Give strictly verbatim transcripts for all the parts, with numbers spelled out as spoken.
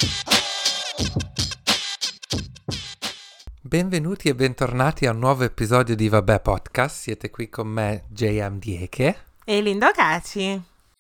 Benvenuti e bentornati a un nuovo episodio di Vabbè Podcast. Siete qui con me, J M Dieke e Lindo Caci.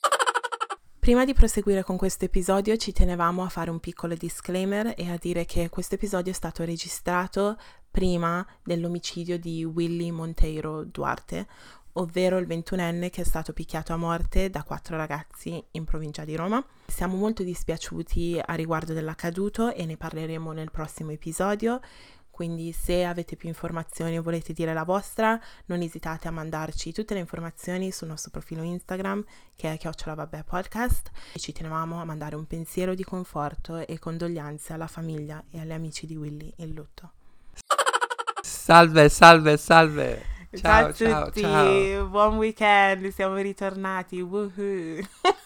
Prima di proseguire con questo episodio ci tenevamo a fare un piccolo disclaimer e a dire che questo episodio è stato registrato prima dell'omicidio di Willy Monteiro Duarte, ovvero il ventunenne che è stato picchiato a morte da quattro ragazzi in provincia di Roma. Siamo molto dispiaciuti a riguardo dell'accaduto e ne parleremo nel prossimo episodio. Quindi se avete più informazioni o volete dire la vostra, non esitate a mandarci tutte le informazioni sul nostro profilo Instagram, che è chiocciola vabbè podcast, e ci tenevamo a mandare un pensiero di conforto e condoglianze alla famiglia e agli amici di Willy in lutto. Salve, salve, salve! Ciao, ciao a tutti, ciao, ciao. Buon weekend, siamo ritornati, woohoo!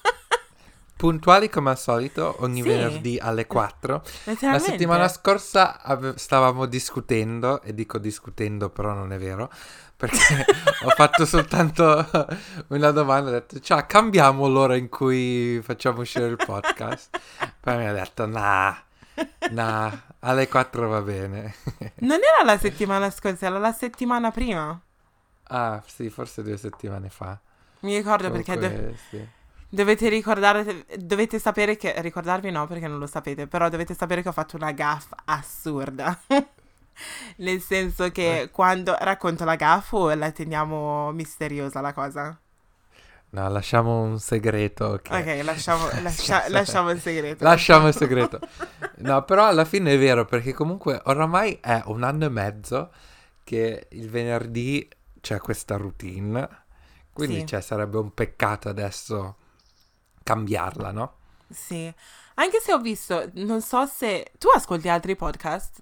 Puntuali come al solito, ogni sì, venerdì alle quattro. La settimana scorsa ave- stavamo discutendo, e dico discutendo però non è vero, perché ho fatto soltanto una domanda, ho detto, ciao, cambiamo l'ora in cui facciamo uscire il podcast. Poi mi ha detto, nah, nah, alle quattro va bene. Non era la settimana scorsa, era la settimana prima. Ah, sì, forse due settimane fa. Mi ricordo Comunque, perché... De- sì. Dovete ricordare, dovete sapere che, ricordarvi no perché non lo sapete, però dovete sapere che ho fatto una gaffe assurda, nel senso che eh. quando racconto la gaffe o la teniamo misteriosa la cosa? No, lasciamo un segreto. Che... Ok, lasciamo, lascia, lasciamo il segreto. Lasciamo il segreto. No, però alla fine è vero, perché comunque oramai è un anno e mezzo che il venerdì c'è questa routine, quindi sì. cioè, sarebbe un peccato adesso cambiarla, no? Sì, anche se ho visto, non so se... Tu ascolti altri podcast?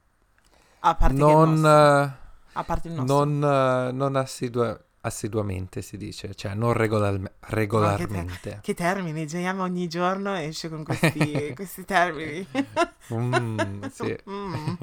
A parte non, il nostro. A parte il nostro. Non, uh, non assidua, assiduamente si dice, cioè non regolar- regolarmente. Oh, che, te- che termini, J M ogni giorno esce con questi, questi termini. mm, sì. mm.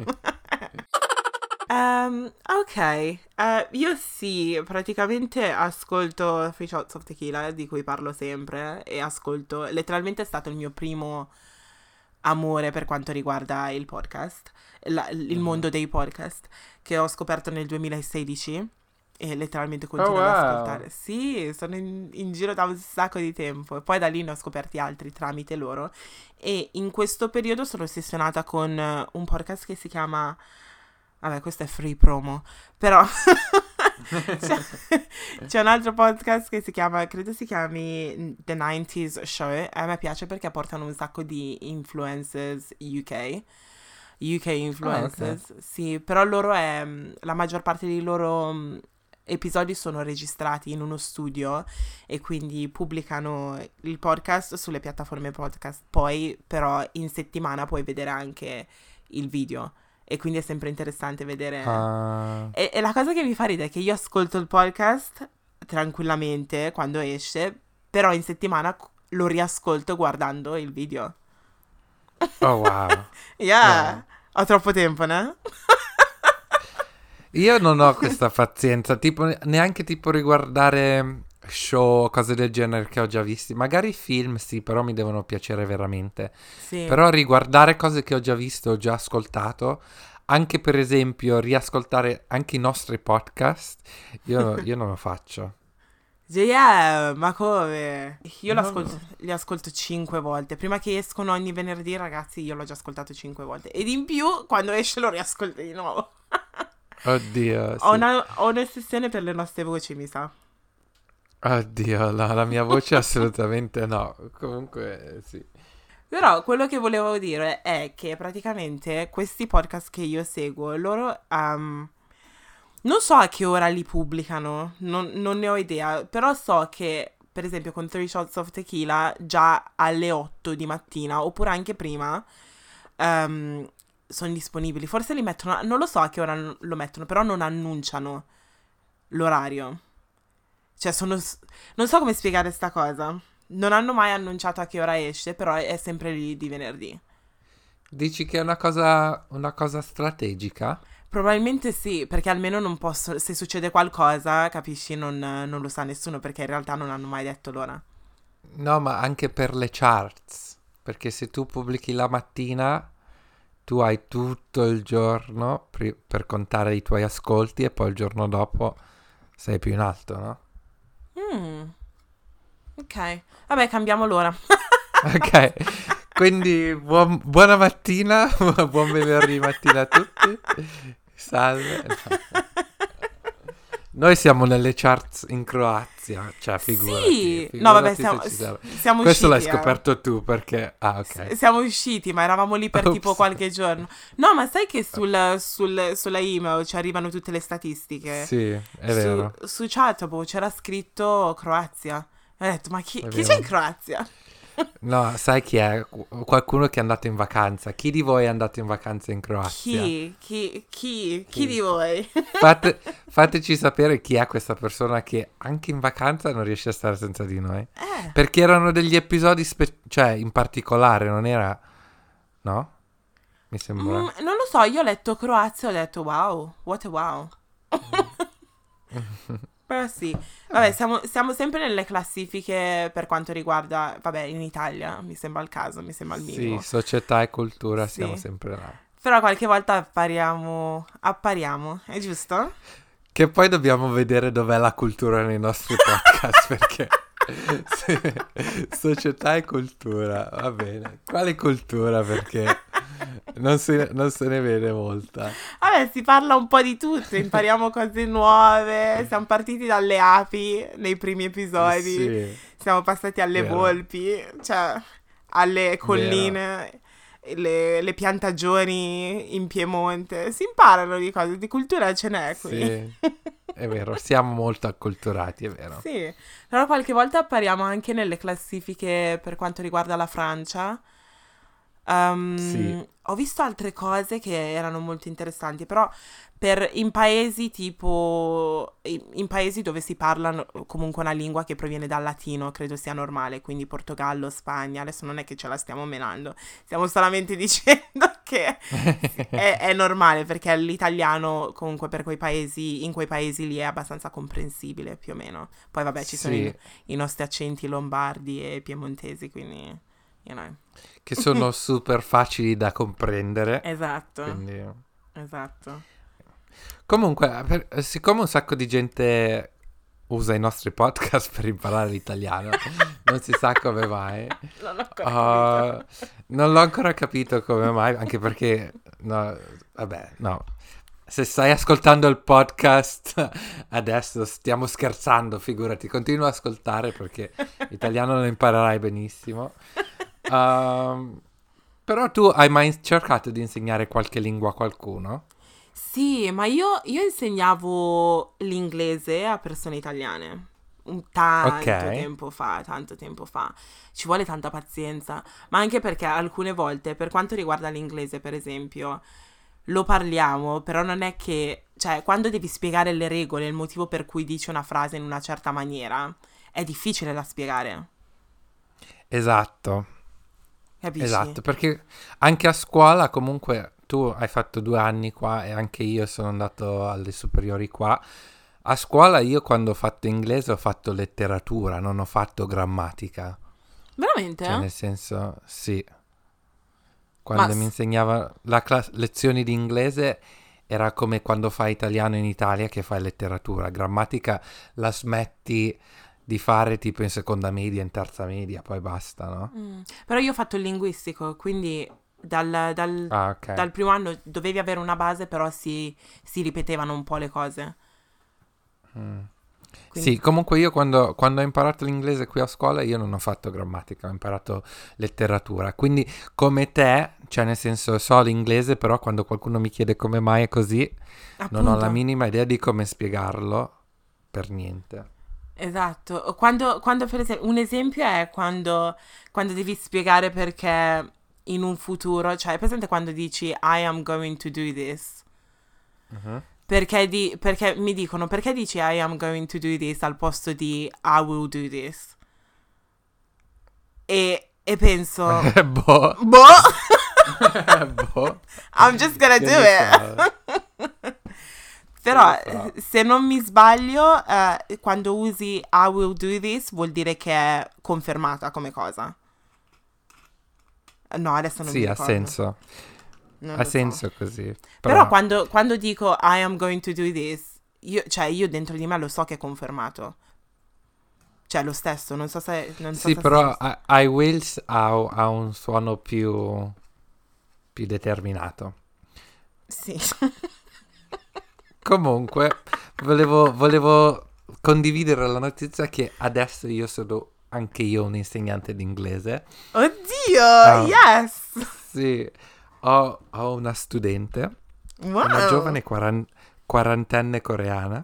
Um, ok, uh, io sì, praticamente ascolto Three Shots of Tequila, di cui parlo sempre, e ascolto, letteralmente è stato il mio primo amore per quanto riguarda il podcast, la, il mm-hmm. mondo dei podcast, che ho scoperto nel duemilasedici e letteralmente continuo oh, wow. ad ascoltare. Sì, sono in, in giro da un sacco di tempo e poi da lì ne ho scoperti altri tramite loro e in questo periodo sono ossessionata con un podcast che si chiama... Vabbè, questo è free promo, però c'è, c'è un altro podcast che si chiama, credo si chiami The nineties Show, e a me piace perché portano un sacco di influencers U K, U K influencers, oh, okay. Sì, però loro è, la maggior parte dei loro episodi sono registrati in uno studio e quindi pubblicano il podcast sulle piattaforme podcast, poi però in settimana puoi vedere anche il video. E quindi è sempre interessante vedere. Uh... E, e la cosa che mi fa ridere è che io ascolto il podcast tranquillamente quando esce, però in settimana lo riascolto guardando il video. Oh wow. Yeah. Wow. Ho troppo tempo, no? Io non ho questa pazienza, tipo neanche tipo riguardare show, cose del genere che ho già visti. Magari film sì, però mi devono piacere veramente. Sì. Però riguardare cose che ho già visto, ho già ascoltato, anche per esempio riascoltare anche i nostri podcast, io, io non lo faccio. Yeah, ma come? Io no, l'ascolto, no. li ascolto cinque volte. Prima che escono ogni venerdì, ragazzi, io l'ho già ascoltato cinque volte. Ed in più, quando esce lo riascolto di nuovo. Oddio, sì. Ho, una, ho un'ossessione per le nostre voci, mi sa. Oddio, no, la mia voce assolutamente no. Comunque, sì. Però quello che volevo dire è che praticamente questi podcast che io seguo, loro um, non so a che ora li pubblicano, non, non ne ho idea, però so che per esempio con Three Shots of Tequila già alle otto di mattina oppure anche prima um, sono disponibili. Forse li mettono, non lo so a che ora lo mettono, però non annunciano l'orario. Cioè sono, non so come spiegare sta cosa. Non hanno mai annunciato a che ora esce, però è sempre lì di venerdì. Dici che è una cosa, una cosa strategica? Probabilmente sì, perché almeno non posso, se succede qualcosa, capisci, non, non lo sa nessuno, perché in realtà non hanno mai detto l'ora. No, ma anche per le charts. perché se tu pubblichi la mattina, tu hai tutto il giorno pri- per contare i tuoi ascolti e poi il giorno dopo sei più in alto, no? Mm. Ok, vabbè, cambiamo l'ora. Ok, quindi buon- buona mattina, buon venerdì mattina a tutti. Salve. Noi siamo nelle charts in Croazia, cioè figurati. Sì, figurati no vabbè, se siamo, ci sarà. siamo Questo usciti. l'hai scoperto tu perché... Ah, ok. S- Siamo usciti, ma eravamo lì per tipo Ops. qualche giorno. No, ma sai che sul, sul- sulla email ci arrivano tutte le statistiche? Sì, è Su, vero. su Chatabo c'era scritto Croazia. E ho detto, ma chi, È chi c'è vero. in Croazia? No, sai chi è? Qu- Qualcuno che è andato in vacanza. Chi di voi è andato in vacanza in Croazia? Chi? Chi? Chi? Chi Chi? di voi? Fate- fateci sapere chi è questa persona che anche in vacanza non riesce a stare senza di noi. Eh, Perché erano degli episodi, spe- cioè in particolare, non era... No? Mi sembra. mm, non lo so, io ho letto Croazia e ho detto wow, what a wow. Però sì, vabbè, siamo, siamo sempre nelle classifiche per quanto riguarda, vabbè, in Italia, mi sembra il caso, mi sembra il Sì, minimo. società e cultura Sì. siamo sempre là. Però qualche volta appariamo, appariamo, è giusto? Che poi dobbiamo vedere dov'è la cultura nei nostri podcast, perché se- società e cultura, va bene. Quale cultura? Perché non se, non se ne vede molta. Vabbè, si parla un po' di tutto, impariamo cose nuove, siamo partiti dalle api nei primi episodi, Sì, siamo passati alle vero. volpi, cioè alle colline, le, le piantagioni in Piemonte, si imparano di cose, di cultura ce n'è qui. Sì, è vero, siamo molto acculturati, è vero. Sì, però qualche volta appariamo anche nelle classifiche per quanto riguarda la Francia. Um, Sì. Ho visto altre cose che erano molto interessanti, però per in paesi tipo in, in paesi dove si parla comunque una lingua che proviene dal latino, credo sia normale, quindi Portogallo, Spagna, adesso non è che ce la stiamo menando, stiamo solamente dicendo che è, è normale perché l'italiano comunque per quei paesi, in quei paesi lì è abbastanza comprensibile più o meno. Poi vabbè ci sono Sì, i, i nostri accenti lombardi e piemontesi, quindi you know. che sono super facili da comprendere. Esatto, Quindi... esatto. Comunque, per- siccome un sacco di gente usa i nostri podcast per imparare l'italiano, non si sa come mai. Non ho ancora Uh, non l'ho ancora capito come mai, anche perché, no, vabbè, no. Se stai ascoltando il podcast adesso stiamo scherzando, figurati, continua a ascoltare perché l'italiano lo imparerai benissimo. Um, però tu hai mai cercato di insegnare qualche lingua a qualcuno? Sì, ma io, io insegnavo l'inglese a persone italiane. Un tanto Ok. tempo fa, tanto tempo fa. Ci vuole tanta pazienza, ma anche perché alcune volte, per quanto riguarda l'inglese, per esempio, lo parliamo, però non è che, cioè, quando devi spiegare le regole, il motivo per cui dici una frase in una certa maniera, è difficile da spiegare, Esatto, capisci? esatto, perché anche a scuola comunque tu hai fatto due anni qua e anche io sono andato alle superiori qua. A scuola io quando ho fatto inglese ho fatto letteratura, non ho fatto grammatica. Veramente? Cioè nel senso, sì. Quando Ma mi s- insegnava la classe, lezioni di inglese era come quando fai italiano in Italia che fai letteratura. Grammatica la smetti di fare tipo in seconda media, in terza media, poi basta, no? mm, però io ho fatto il linguistico, quindi dal, dal- Ah, ok. dal primo anno dovevi avere una base, però si, si ripetevano un po' le cose. Mm. Quindi, Sì, comunque io quando, quando ho imparato l'inglese qui a scuola io non ho fatto grammatica, ho imparato letteratura. Quindi come te, cioè nel senso so l'inglese, però quando qualcuno mi chiede come mai è così, non ho la appunto, minima idea di come spiegarlo per niente. esatto. Quando, quando per esempio, un esempio è quando, quando devi spiegare perché in un futuro, cioè, è presente quando dici I am going to do this? Mhm. Perché, di, perché mi dicono, perché dici I am going to do this al posto di I will do this? E, e penso, Boh. boh, Boh. I'm just gonna Che do ne it. Però, Che ne so. se non mi sbaglio, eh, quando usi I will do this vuol dire che è confermata come cosa. No, adesso non sì, mi ha ricordo. senso. Non Ha lo senso so. così. Però, Però, quando, quando dico I am going to do this, io, cioè io dentro di me lo so che è confermato. Cioè lo stesso, non so se... Non so sì, se però senso. I, I wills ha, ha un suono più, più determinato. Sì. Comunque, volevo, volevo condividere la notizia che adesso io sono anche io un insegnante di inglese. Oddio, Ah, yes! sì, ho, ho una studente, una Wow! giovane quaran- quarantenne coreana.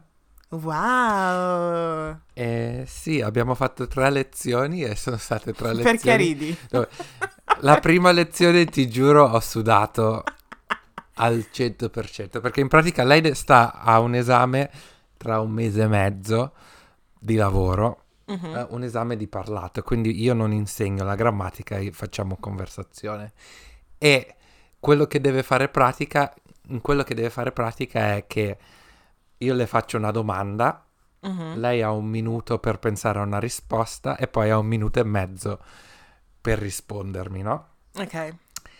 Wow! E sì, abbiamo fatto tre lezioni e sono state tre Perché lezioni ridi? dove la prima lezione, ti giuro, ho sudato al cento per cento, perché in pratica lei sta a un esame tra un mese e mezzo di lavoro, Mhm. eh, un esame di parlato, quindi io non insegno la grammatica, io- facciamo conversazione. E quello che deve fare pratica, in quello che deve fare pratica è che io le faccio una domanda, Mhm. lei ha un minuto per pensare a una risposta e poi ha un minuto e mezzo per rispondermi, no? Ok.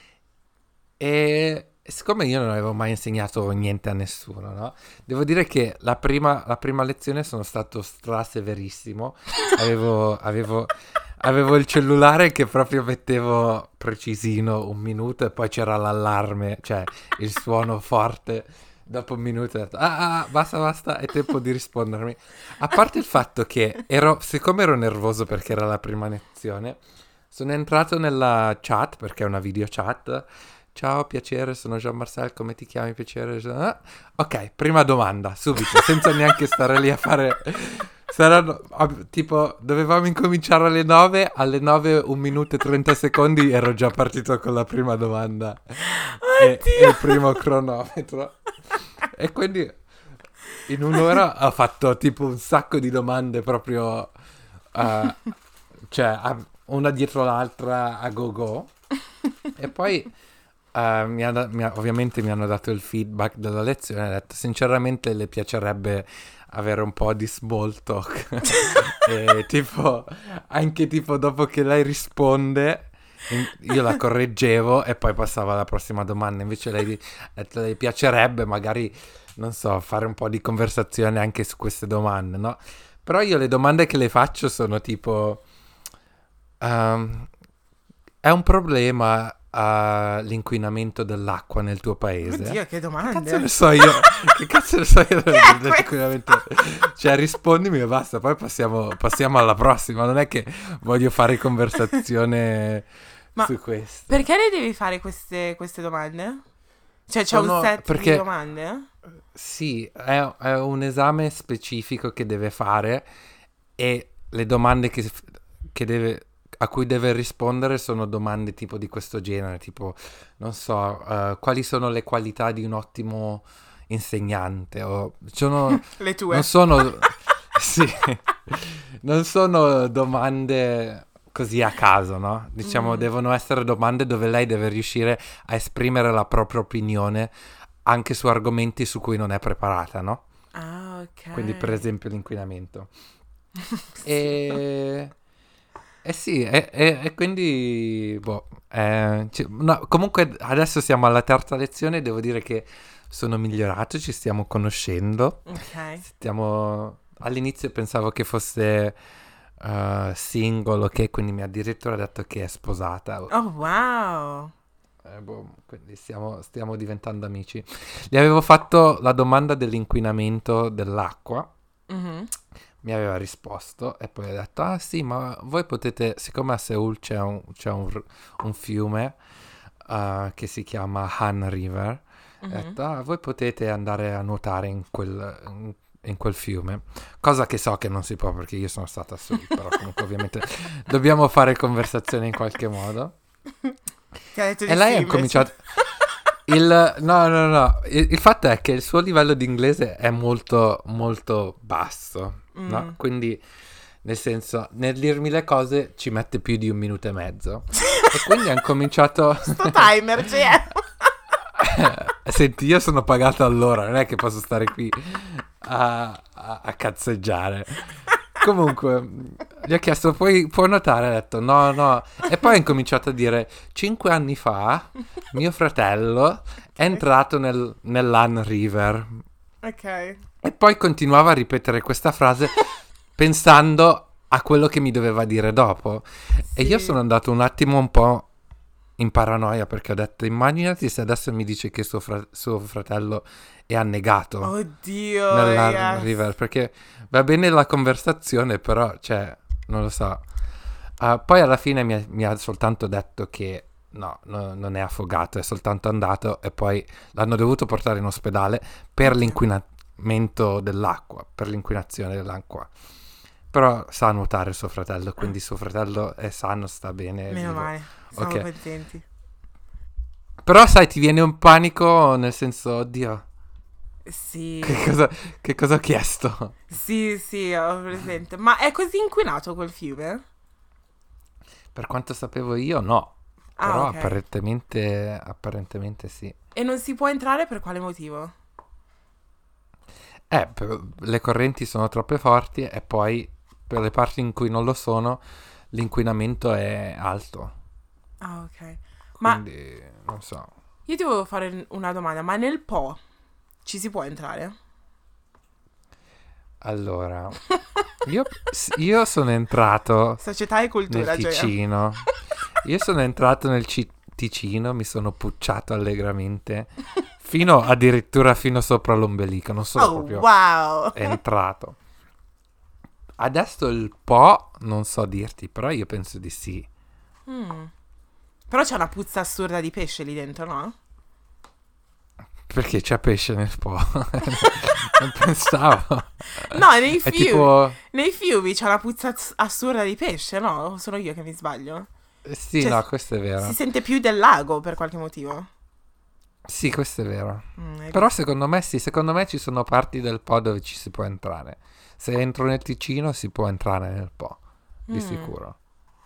E siccome io non avevo mai insegnato niente a nessuno, no? Devo dire che la prima, la prima lezione sono stato straseverissimo. Avevo, avevo, avevo il cellulare che proprio mettevo precisino un minuto e poi c'era l'allarme, cioè il suono forte. Dopo un minuto ho detto, ah, ah, basta, basta, è tempo di rispondermi. A parte il fatto che ero, siccome ero nervoso perché era la prima lezione, sono entrato nella chat, perché è una video chat. Ciao, piacere, sono Jean Marcel, come ti chiami, piacere? Ah, ok, prima domanda, subito, senza neanche stare lì a fare... Saranno, ah, tipo, dovevamo incominciare alle nove, alle nove, un minuto e trenta secondi, ero già partito con la prima domanda e, e il primo cronometro. E quindi in un'ora ho fatto tipo un sacco di domande proprio, uh, cioè, a- una dietro l'altra a go-go. E poi uh, mi ha da- mi ha- ovviamente mi hanno dato il feedback della lezione. Ho detto, sinceramente le piacerebbe avere un po' di small talk. E tipo, anche tipo dopo che lei risponde, in- io la correggevo e poi passavo alla prossima domanda. Invece lei ha detto, le piacerebbe magari, non so, fare un po' di conversazione anche su queste domande, no? Però io le domande che le faccio sono tipo... ehm, è un problema uh, l'inquinamento dell'acqua nel tuo paese? Oddio, che Che cazzo ne domande. so io? Che cazzo ne so io Che è dell'inquinamento? Cioè, rispondimi e basta, poi passiamo, passiamo alla prossima. Non è che voglio fare conversazione Ma su questo. perché le devi fare queste, queste domande? Cioè, c'è un Sono... set di perché... domande? Sì, è, è un esame specifico che deve fare e le domande che, che deve, a cui deve rispondere sono domande tipo di questo genere, tipo, non so, eh, quali sono le qualità di un ottimo insegnante o sono, Le non tue. sono, sì, non sono domande così a caso, no? Diciamo, Mm. devono essere domande dove lei deve riuscire a esprimere la propria opinione anche su argomenti su cui non è preparata, no? Ah, ok. Quindi per esempio l'inquinamento. Sì. E... Eh sì, e, e- e quindi, boh, eh, ci- no, comunque adesso siamo alla terza lezione, devo dire che sono migliorato, ci stiamo conoscendo, Ok. stiamo... All'inizio pensavo che fosse eh, single, ok, quindi mi ha addirittura detto che è sposata. Oh, wow. Eh, boh, quindi stiamo, stiamo diventando amici. Gli avevo fatto la domanda dell'inquinamento dell'acqua, Mhm. mi aveva risposto e poi ha detto, ah sì, ma voi potete, siccome a Seoul c'è un, c'è un, r- un fiume uh, che si chiama Han River, ha Mhm. detto, ah, voi potete andare a nuotare in quel, in, in quel fiume, cosa che so che non si può perché io sono stata a Seoul, però comunque ovviamente dobbiamo fare conversazione in qualche modo. Ti ha detto E di lei sì ha invece. incominciato... Il, no, no, no, il, il fatto è che il suo livello di inglese è molto, molto basso, no? Mm. Quindi, nel senso, nel dirmi le cose ci mette più di un minuto e mezzo. E quindi ha incominciato... Sto timer, G M. Senti, io sono pagato all'ora, non è che posso stare qui a, a, a cazzeggiare. Comunque, Gli ho chiesto, puoi, puoi notare? Ha detto, no, no. E poi ha incominciato a dire, cinque anni fa, mio fratello è entrato nel, nell'Han River. Ok. E poi continuava a ripetere questa frase pensando a quello che mi doveva dire dopo. Sì. E io sono andato un attimo un po' in paranoia perché ho detto, immaginati se adesso mi dice che suo, fra- suo fratello è annegato. Oddio, nella yes. River, perché va bene la conversazione, però, cioè, non lo so. Uh, poi alla fine mi ha, mi ha soltanto detto che no, no, non è affogato, è soltanto andato e poi l'hanno dovuto portare in ospedale per Ok. l'inquinamento dell'acqua, per l'inquinazione dell'acqua. Però sa nuotare suo fratello, quindi suo fratello è sano, sta bene, è Meno vivo. male, siamo Ok. contenti. Però sai, ti viene un panico nel senso, oddio, Sì. che cosa, che cosa ho chiesto? Sì, sì, ho presente. Ma è così inquinato quel fiume? Per quanto sapevo io, no. Ah, Però ok. apparentemente, apparentemente sì. E non si può entrare per quale motivo? Eh, per- le correnti sono troppe forti e poi per le parti in cui non lo sono, l'inquinamento è alto. Ah, ok. Ma Quindi, non so. io ti volevo fare una domanda, ma nel Po ci si può entrare? Allora, io, s- io sono entrato Società e nel cultura, Gioia. Ticino. Io sono entrato nel Ci- Ticino, mi sono pucciato allegramente, fino addirittura fino sopra l'ombelico, non sono Oh, proprio wow. entrato. Adesso il Po non so dirti, però io penso di sì. Mm. Però c'è una puzza assurda di pesce lì dentro, no? Perché c'è pesce nel Po? Non pensavo. No, nei È fiumi. tipo... Nei fiumi c'è una puzza ass- assurda di pesce, no? O sono io che mi sbaglio? Sì, Cioè, no, s- questo è si vero. sente più del lago per qualche motivo. Sì, questo è vero. Mm, hai Però visto? secondo me sì, secondo me ci sono parti del Po dove ci si può entrare. Se entro nel Ticino si può entrare nel Po, di Mm, sicuro.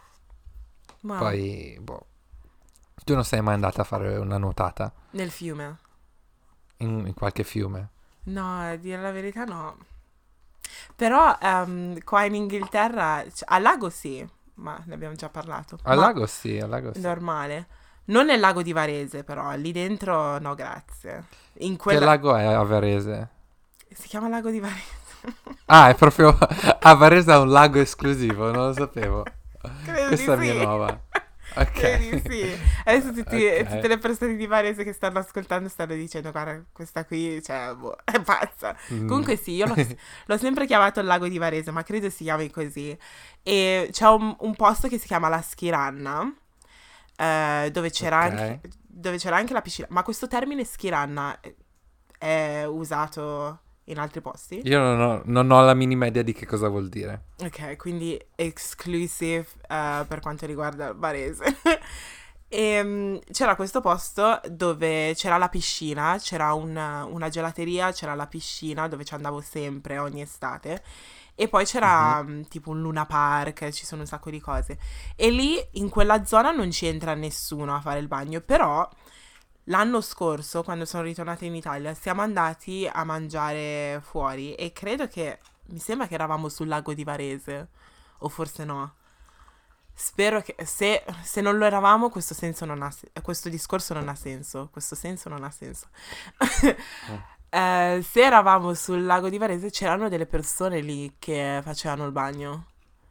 wow. Poi, boh, tu non sei mai andata a fare una nuotata Nel fiume? in, in qualche fiume? No, a dire la verità no. Però ehm, qua in Inghilterra, c- al lago sì, ma ne abbiamo già parlato. Al Ma lago sì, al lago sì. normale. Non nel lago di Varese, però, lì dentro no, grazie. In Che quella... lago è a Varese? Si chiama lago di Varese. Ah, è proprio a Varese ha un lago esclusivo, non lo sapevo. Credo di Questa mi è sì. nuova. Credo di Ok. sì. Adesso tutti- tutte Ok. le persone di Varese che stanno ascoltando stanno dicendo, guarda, questa qui, cioè, boh, è pazza. Mm. Comunque sì, io l'ho, l'ho sempre chiamato il lago di Varese, ma credo si chiami così. E c'è un, un posto che si chiama La Schiranna, eh, dove c'era Ok. anche, dove c'era anche la piscina. Ma questo termine Schiranna è usato in altri posti? Io non ho, non ho la minima idea di che cosa vuol dire. Ok, quindi exclusive eh, per quanto riguarda Varese. E mm, c'era questo posto dove c'era la piscina, c'era una, una gelateria, c'era la piscina dove ci andavo sempre ogni estate. E poi Mhm. c'era mm, tipo un Luna Park, ci sono un sacco di cose. E lì in quella zona non ci entra nessuno a fare il bagno, però l'anno scorso, quando sono ritornata in Italia, siamo andati a mangiare fuori e credo che, mi sembra che eravamo sul lago di Varese, o forse no. Spero che, se, se non lo eravamo, questo senso non ha, se- questo discorso non ha senso, questo senso non ha senso. Mm. Eh, se eravamo sul lago di Varese, c'erano delle persone lì che facevano il bagno.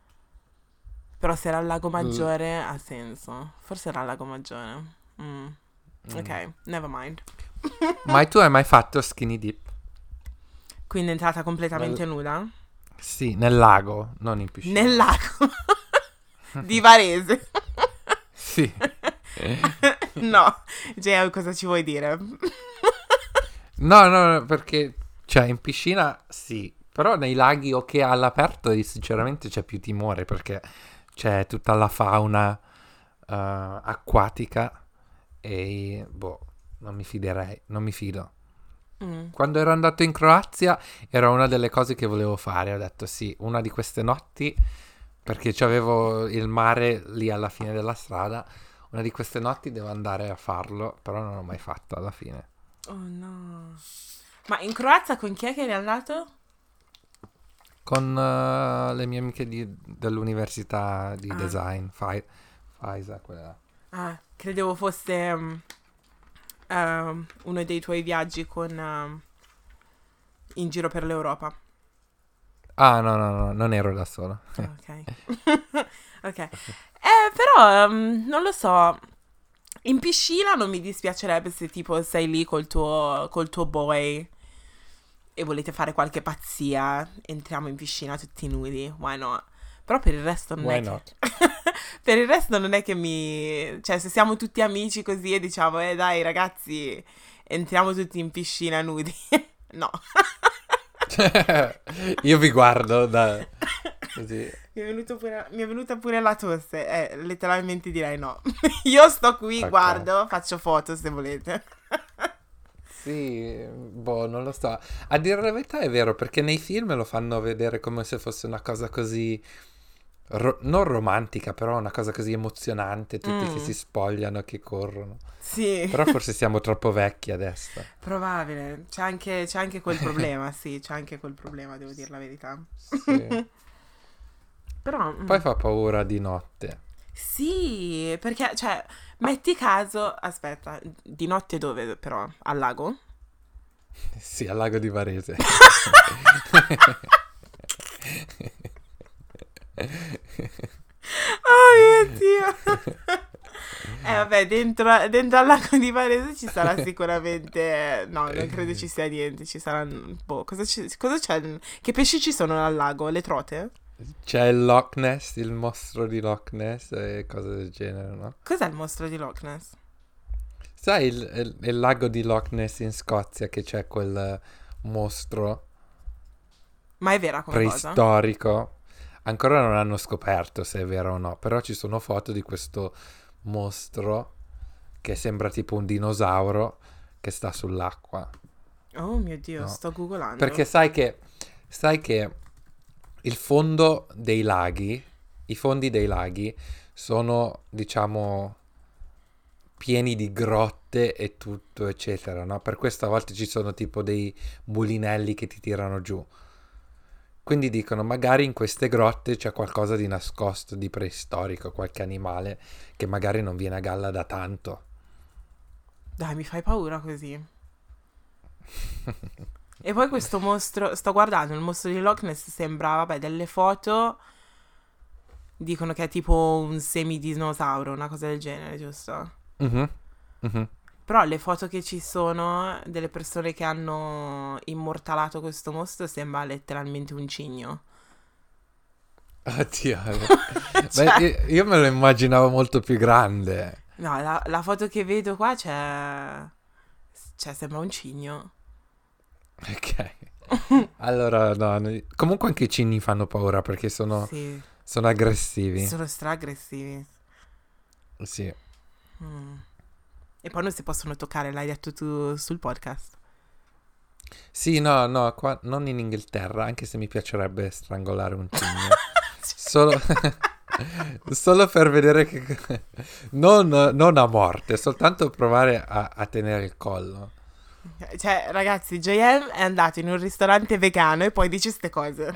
Però se era il lago L- Maggiore ha senso. Forse era il lago Maggiore. Mm. mm. Ok, never mind. Ma tu hai mai fatto skinny dip? Quindi è entrata completamente Nel- nuda? Sì, nel lago, non in Nel piscina. lago di Varese. Sì. No, Geo, cosa ci vuoi dire? No, no, no, perché, cioè, in piscina sì, però nei laghi o che all'aperto io sinceramente c'è più timore perché c'è tutta la fauna eh, acquatica e, boh, non mi fiderei, non mi fido. Mm. Quando ero andato in Croazia era una delle cose che volevo fare, ho detto sì, una di queste notti, perché c'avevo il mare lì alla fine della strada, una di queste notti devo andare a farlo, però non l'ho mai fatto alla fine. Oh no. Ma in Croazia con chi è che eri andato? Con uh, le mie amiche di, dell'università di Ah. design, Fai, Faisa, quella. Ah, credevo fosse um, um, uno dei tuoi viaggi con um, in giro per l'Europa. Ah, no, no, no, non ero da solo. Ok. Ok. Eh, però um, non lo so. In piscina non mi dispiacerebbe se tipo sei lì col tuo, col tuo boy e volete fare qualche pazzia. Entriamo in piscina tutti nudi. Why not? Però per il resto non Why è not? che... per il resto non è che mi... Cioè, se siamo tutti amici così e diciamo, eh dai ragazzi, entriamo tutti in piscina nudi. No. Io vi guardo da... Così. Mi è, venuto pure, mi è venuta pure la tosse. Eh, letteralmente direi no. Io sto qui, Ok. guardo, faccio foto se volete. Sì, boh, non lo so. A dire la verità è vero, perché nei film lo fanno vedere come se fosse una cosa così... ro- non romantica, però una cosa così emozionante, tutti Mm. che si spogliano, che corrono. Sì. Però forse siamo troppo vecchi adesso. Probabile. C'è anche, c'è anche quel problema, sì, c'è anche quel problema, devo dire la verità. Sì. Però... mm, Poi fa paura di notte. Sì, perché, cioè, metti caso... Aspetta, di notte dove però? Al lago? Sì, al lago di Varese. Oh mio Dio! Eh vabbè, dentro, dentro al lago di Varese ci sarà sicuramente... No, non credo ci sia niente, ci saranno... Boh, cosa, ci- cosa c'è? Che pesci ci sono al lago? Le trote? C'è il Loch Ness, il mostro di Loch Ness e cose del genere, no? Cos'è il mostro di Loch Ness? Sai il, il- il lago di Loch Ness in Scozia che c'è quel mostro Ma è vera come cosa? preistorico? Ancora non hanno scoperto se è vero o no, però ci sono foto di questo mostro che sembra tipo un dinosauro che sta sull'acqua. Oh mio Dio, No. sto googolando. Perché sai che, sai che il fondo dei laghi, i fondi dei laghi sono, diciamo, pieni di grotte e tutto, eccetera, no? Per questo a volte ci sono tipo dei mulinelli che ti tirano giù. Quindi dicono, magari in queste grotte c'è qualcosa di nascosto, di preistorico, qualche animale che magari non viene a galla da tanto. Dai, mi fai paura così. E poi questo mostro, sto guardando, il mostro di Loch Ness sembra, vabbè, delle foto dicono che è tipo un semidinosauro, una cosa del genere, giusto? Mhm, mhm. Però le foto che ci sono delle persone che hanno immortalato questo mostro sembra letteralmente un cigno. Oddio. Cioè- Beh, io, io me lo immaginavo molto più grande. No, la, la foto che vedo qua c'è... Cioè, sembra un cigno. Ok. Allora, no, no, comunque anche i cigni fanno paura perché sono, Sì, sono aggressivi. sono stra-aggressivi. Sì. Mm. E poi non si possono toccare, l'hai detto tu sul podcast. Sì, no, no, qua non in Inghilterra, anche se mi piacerebbe strangolare un cigno. Solo, solo per vedere che... Non, non a morte, soltanto provare a, a tenere il collo. Cioè, ragazzi, J M è andato in un ristorante vegano e poi dice ste cose.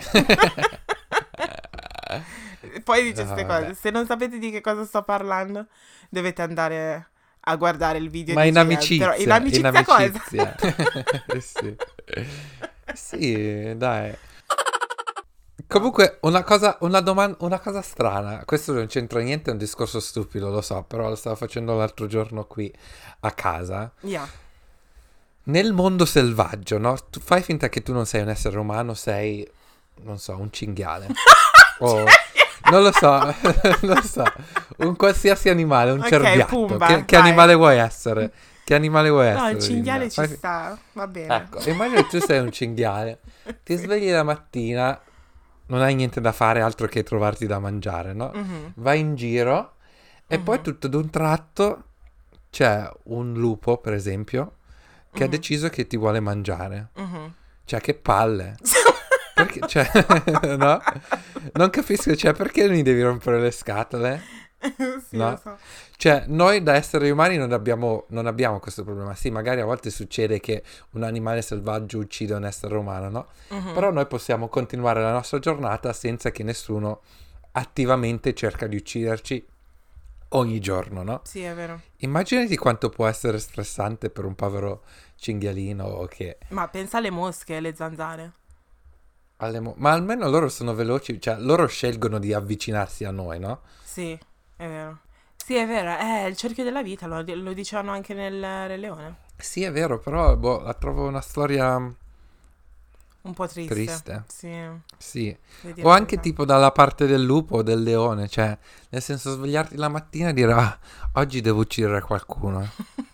Poi dice No, ste vabbè. cose. Se non sapete di che cosa sto parlando, dovete andare a guardare il video Ma di in J M. amicizia, Però in amicizia, in cosa? amicizia. Sì. Sì, dai. Comunque, una cosa, una domanda, una cosa strana. Questo non c'entra niente, è un discorso stupido, lo so, però lo stavo facendo l'altro giorno qui a casa. Yeah. Nel mondo selvaggio, no? Tu fai finta che tu non sei un essere umano, sei, non so, un cinghiale. O, non lo so, non lo so, un qualsiasi animale, un Ok, cerbiatto. Pumba, che, che vai. animale vuoi essere? Che animale vuoi No, essere? il cinghiale Lina? ci Fai fi- sta, va bene. Ecco, immagina che tu sei un cinghiale, ti svegli la mattina, non hai niente da fare altro che trovarti da mangiare, no? Mhm. Vai in giro e poi Mhm. tutto d'un tratto c'è un lupo, per esempio, che ha Mhm. deciso che ti vuole mangiare. Mhm. Cioè, che palle. Perché, cioè, no? Non capisco, cioè, perché mi devi rompere le scatole? Sì, no? lo so. Cioè, noi da esseri umani non abbiamo, non abbiamo questo problema. Sì, magari a volte succede che un animale selvaggio uccide un essere umano, no? Mhm. Però noi possiamo continuare la nostra giornata senza che nessuno attivamente cerca di ucciderci ogni giorno, no? Sì, è vero. Immaginati quanto può essere stressante per un povero cinghialino che... Ma pensa alle mosche e alle zanzare. alle mo- Ma almeno loro sono veloci, cioè loro scelgono di avvicinarsi a noi, no? Sì, è vero. Sì, è vero, è il cerchio della vita, lo, lo dicevano anche nel Re Leone. Sì, è vero, però boh, la trovo una storia Un po' triste. triste. Sì. Sì. devo dire O la anche verità. tipo dalla parte del lupo o del leone, cioè, nel senso svegliarti la mattina e dire, ah, oggi devo uccidere qualcuno.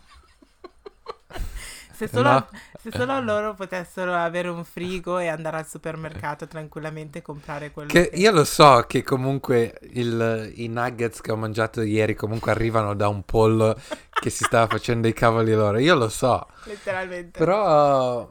Se solo, No? se solo loro potessero avere un frigo e andare al supermercato tranquillamente e comprare quello Che che... io lo so che comunque il- i nuggets che ho mangiato ieri comunque arrivano da un pollo che si stava facendo i cavoli loro. Io lo so. Letteralmente. Però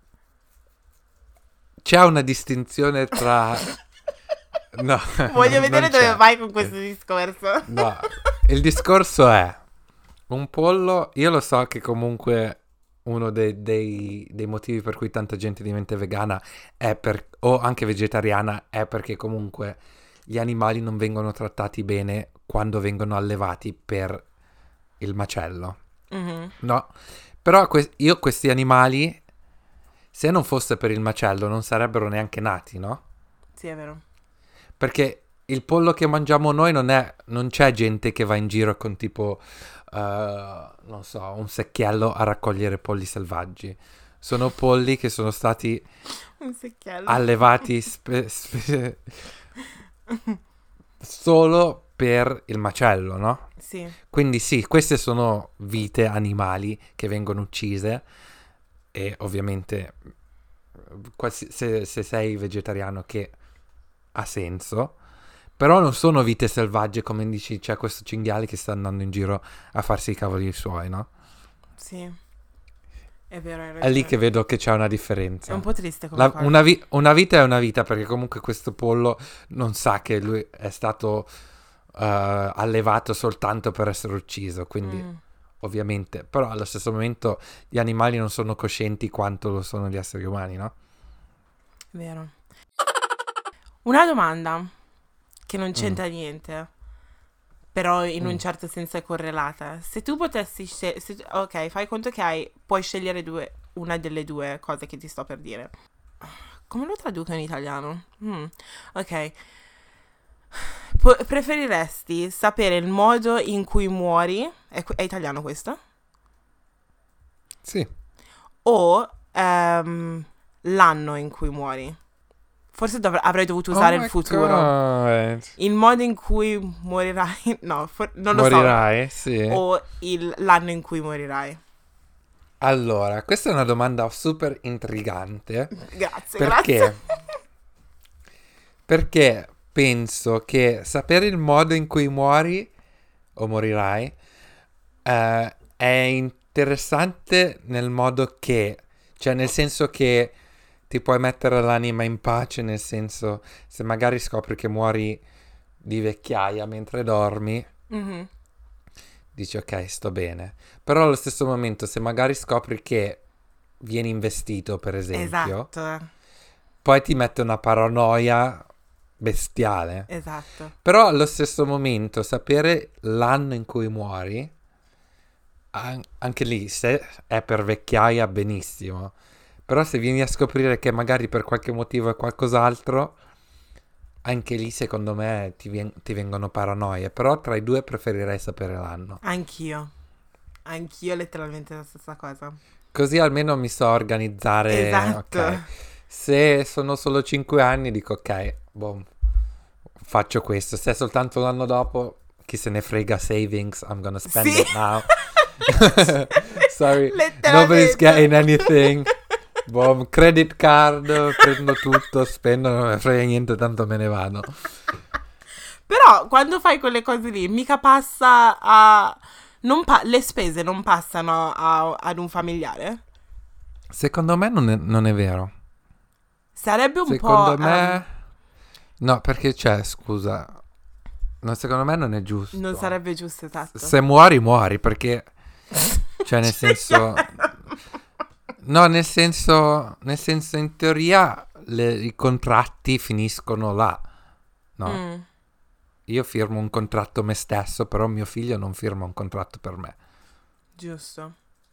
c'è una distinzione tra... No, Voglio non vedere dove c'è. vai con questo discorso. No, il discorso è un pollo. Io lo so che comunque uno dei, dei- dei motivi per cui tanta gente diventa vegana è per, o anche vegetariana è perché comunque gli animali non vengono trattati bene quando vengono allevati per il macello. Mhm. No, però que- io questi animali, se non fosse per il macello, non sarebbero neanche nati, no? Sì, è vero. Perché il pollo che mangiamo noi non è, non c'è gente che va in giro con tipo, eh, non so, un secchiello a raccogliere polli selvaggi. Sono polli che sono stati Un secchiello. allevati spe- spe- solo per il macello, no? Sì. Quindi sì, queste sono vite animali che vengono uccise e ovviamente qualsi- se, se sei vegetariano che ha senso, però non sono vite selvagge come dici, c'è questo cinghiale che sta andando in giro a farsi i cavoli suoi, no? Sì. È vero, hai È lì che ragione. vedo che c'è una È differenza. un po' triste come La- cosa. una, vi- una vita è una vita perché comunque questo pollo non sa che lui è stato eh, allevato soltanto per essere ucciso, quindi Mm, ovviamente, però allo stesso momento gli animali non sono coscienti quanto lo sono gli esseri umani, no? vero. Una domanda che non Mm, c'entra niente, però in un mm. certo senso è correlata. Se tu potessi scegliere... Ok, fai conto che hai... Puoi scegliere due, una delle due cose che ti sto per dire. Come lo traduco in italiano? Mm, ok. Po- preferiresti sapere il modo in cui muori? È, è italiano questo? Sì. O ehm, l'anno in cui muori? Forse dov- avrei dovuto Oh usare il my futuro. God. Il modo in cui morirai, no, for- non lo Morirai, sì. so. O il- l'anno in cui morirai. Allora, questa è una domanda super intrigante. Grazie, Perché? grazie. Perché penso che sapere il modo in cui muori o morirai eh, è interessante nel modo che, cioè nel senso che ti puoi mettere l'anima in pace, nel senso se magari scopri che muori di vecchiaia mentre dormi, Mhm. dici ok, sto bene. Però allo stesso momento se magari scopri che vieni investito, per esempio, Esatto, poi ti mette una paranoia bestiale. esatto. Però allo stesso momento sapere l'anno in cui muori, an- anche lì, se è per vecchiaia, benissimo. Però se vieni a scoprire che magari per qualche motivo è qualcos'altro, anche lì secondo me ti, vien- ti vengono paranoie. Però tra i due preferirei sapere l'anno. Anch'io. Anch'io letteralmente la stessa cosa. Così almeno mi so organizzare. Esatto. Ok, se sono solo cinque anni dico ok, boh, faccio questo. Se è soltanto l'anno dopo, chi se ne frega, savings, I'm gonna spend Sì. it now. Sorry, Letteralmente. nobody's getting anything. Boom, credit card, prendo tutto, spendo, non me ne frega niente, tanto me ne vado. Però quando fai quelle cose lì, mica passa a... non pa- le spese non passano a- ad un familiare? Secondo me non è, non è vero. Sarebbe un Secondo po'... me... ehm, No, perché c'è, scusa. No, secondo me non è giusto. Non sarebbe giusto, esatto. Se muori, muori, perché... Cioè, nel senso... No, nel senso... Nel senso, in teoria, le, i contratti finiscono là, no? Mm. Io firmo un contratto me stesso, però mio figlio non firma un contratto per me. Giusto.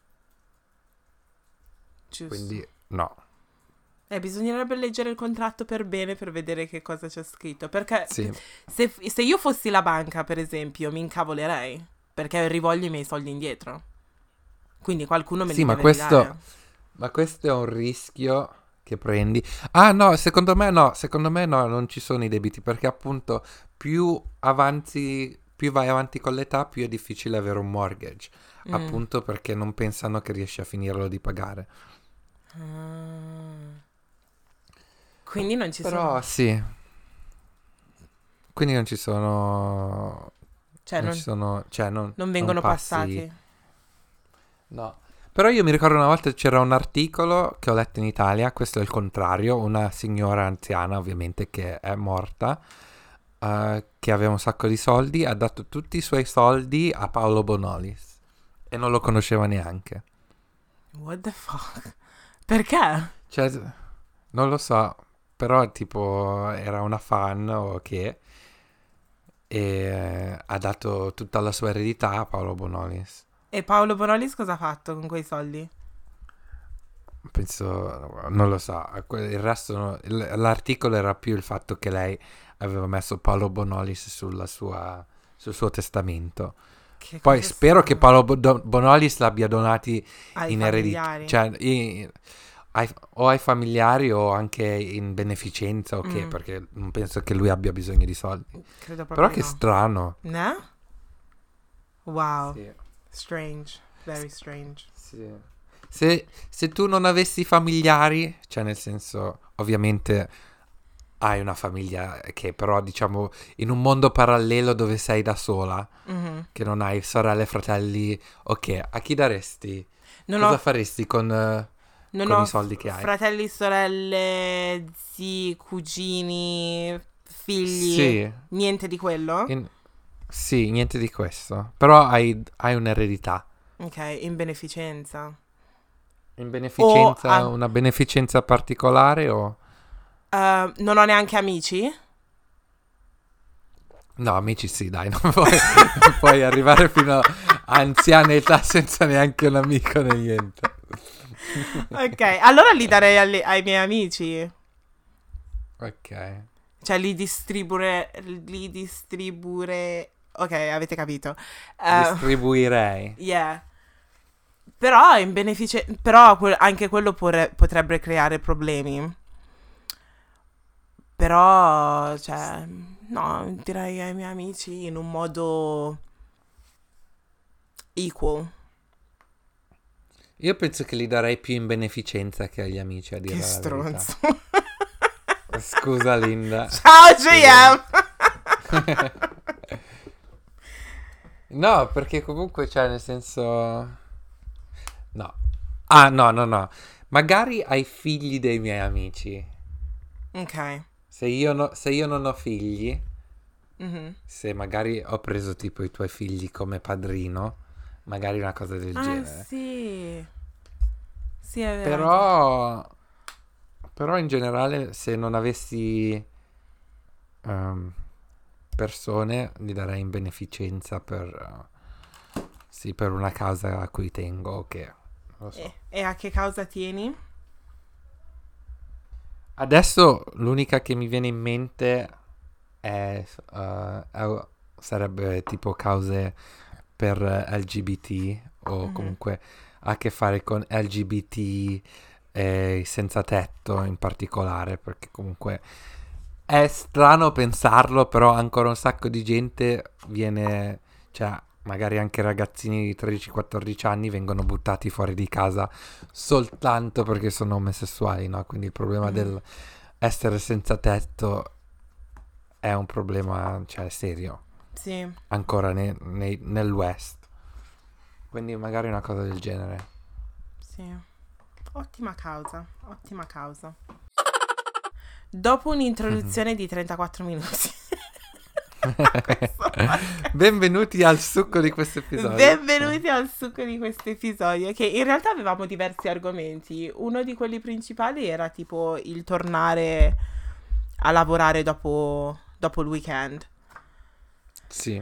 Giusto. Quindi, no. Eh, bisognerebbe leggere il contratto per bene per vedere che cosa c'è scritto. Perché sì. se, se io fossi la banca, per esempio, mi incavolerei. Perché rivoglio i miei soldi indietro. Quindi qualcuno me li sì, deve ma questo, ridare. Ma questo è un rischio che prendi. Ah, no, secondo me no. Secondo me no, non ci sono i debiti. Perché appunto più avanti, più vai avanti con l'età, più è difficile avere un mortgage. Mm. Appunto perché non pensano che riesci a finirlo di pagare. Ah. Quindi non ci Però, sono... Però sì. Quindi non ci sono... Cioè non, non, ci sono, cioè non, non vengono non passi... passati. No. Però io mi ricordo una volta c'era un articolo che ho letto in Italia, questo è il contrario, una signora anziana ovviamente che è morta, uh, che aveva un sacco di soldi, ha dato tutti i suoi soldi a Paolo Bonolis e non lo conosceva neanche. What the fuck? Perché? Cioè, non lo so, però tipo era una fan o che e ha dato tutta la sua eredità a Paolo Bonolis. E Paolo Bonolis cosa ha fatto con quei soldi? Penso, non lo so, il resto, l'articolo era più il fatto che lei aveva messo Paolo Bonolis sulla sua, sul suo testamento. Che Poi spero sono? che Paolo Bonolis l'abbia donati ai in eredità, cioè in, ai, o ai familiari o anche in beneficenza o okay, che, mm. perché non penso che lui abbia bisogno di soldi. Credo Però no. che strano. No? Wow. Sì. Strange, very strange. Sì. Se, se tu non avessi familiari, cioè nel senso, ovviamente hai una famiglia che però diciamo in un mondo parallelo dove sei da sola, mm-hmm. che non hai sorelle, fratelli, ok, a chi daresti? Non Cosa ho... faresti con, uh, non con ho i soldi che hai? Fratelli, sorelle, zii, cugini, figli, sì. Niente di quello? In... Sì, niente di questo. Però hai, hai un'eredità. Ok, in beneficenza. In beneficenza, a... una beneficenza particolare o... Uh, non ho neanche amici? No, amici sì, dai, non puoi, non puoi arrivare fino a anziana età senza neanche un amico né niente. Ok, allora li darei alle, ai miei amici. Ok. Cioè li distribuire, li distribuire... Ok, avete capito. Uh, Distribuirei. Yeah. Però in benefice... Però que- anche quello porre- potrebbe creare problemi. Però, cioè... No, direi ai miei amici in un modo... equal. Io penso che li darei più in beneficenza che agli amici, a dire che la stronzo. verità. Scusa Linda. Ciao G M. No, perché comunque c'è, cioè, nel senso... No. Ah, no, no, no. Magari ai figli dei miei amici. Ok. Se io, no, se io non ho figli, mm-hmm. se magari ho preso tipo i tuoi figli come padrino, magari una cosa del ah, genere. Sì. Sì, è vero. Però... Però in generale se non avessi um, persone li darei in beneficenza per, uh, sì, per una causa a cui tengo, che non lo so. E, e a che causa tieni? Adesso l'unica che mi viene in mente è, uh, è sarebbe tipo cause per L G B T o mm-hmm. comunque ha a che fare con L G B T e senza tetto in particolare, perché comunque è strano pensarlo, però ancora un sacco di gente viene, cioè magari anche ragazzini di tredici quattordici anni vengono buttati fuori di casa soltanto perché sono omosessuali, no? Quindi il problema mm. del essere senza tetto è un problema, cioè serio. Sì. Ancora ne, ne, nel West. Quindi magari una cosa del genere. Sì. Ottima causa, ottima causa. Dopo un'introduzione mm-hmm. di trentaquattro minuti. Benvenuti al succo di questo episodio. Benvenuti al succo di questo episodio, che in realtà avevamo diversi argomenti. Uno di quelli principali era tipo il tornare a lavorare dopo, dopo il weekend. Sì.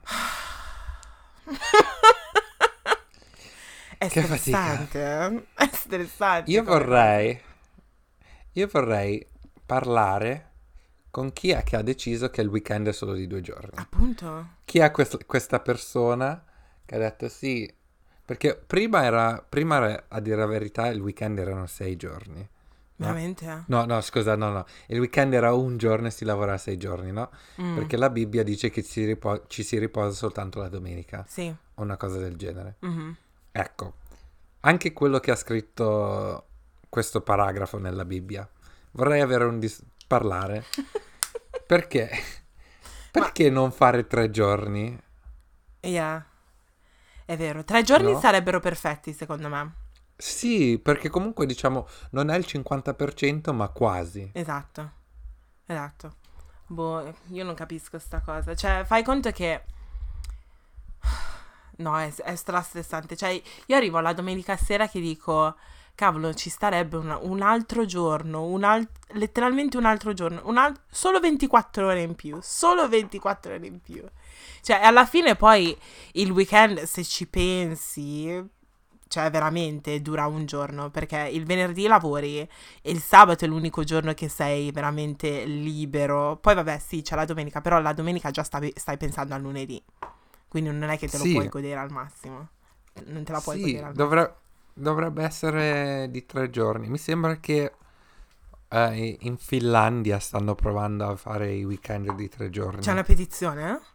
È che stressante, eh? È stressante. Io vorrei, io vorrei parlare con chi è che ha deciso che il weekend è solo di due giorni. Appunto. Chi è quest- questa persona che ha detto sì, perché prima era, prima era, a dire la verità, il weekend erano sei giorni. No? Veramente? No, no, scusa, no, no. Il weekend era un giorno e si lavora sei giorni, no? Mm. Perché la Bibbia dice che si ripo- ci si riposa soltanto la domenica. Sì. O una cosa del genere. Mm-hmm. Ecco, anche quello che ha scritto questo paragrafo nella Bibbia. Vorrei avere un dis- parlare. Perché? Perché Ma... non fare tre giorni? Yeah. È vero, tre giorni no? Sarebbero perfetti secondo me. Sì, perché comunque diciamo non è il cinquanta per cento ma quasi. Esatto, esatto. Boh, io non capisco sta cosa. Cioè, fai conto che... No, è, è strastressante. Cioè, io arrivo la domenica sera che dico... Cavolo, ci starebbe una, un altro giorno, un al- letteralmente un altro giorno, un al- solo ventiquattro ore in più, solo ventiquattro ore in più. Cioè, alla fine poi il weekend, se ci pensi, cioè veramente dura un giorno, perché il venerdì lavori e il sabato è l'unico giorno che sei veramente libero. Poi vabbè, sì, c'è la domenica, però la domenica già stavi, stai pensando al lunedì, quindi non è che te lo sì. puoi godere al massimo. Non te la puoi sì, godere al dovre- massimo. Dovrebbe essere di tre giorni. Mi sembra che eh, in Finlandia stanno provando a fare i weekend di tre giorni. C'è una petizione, eh?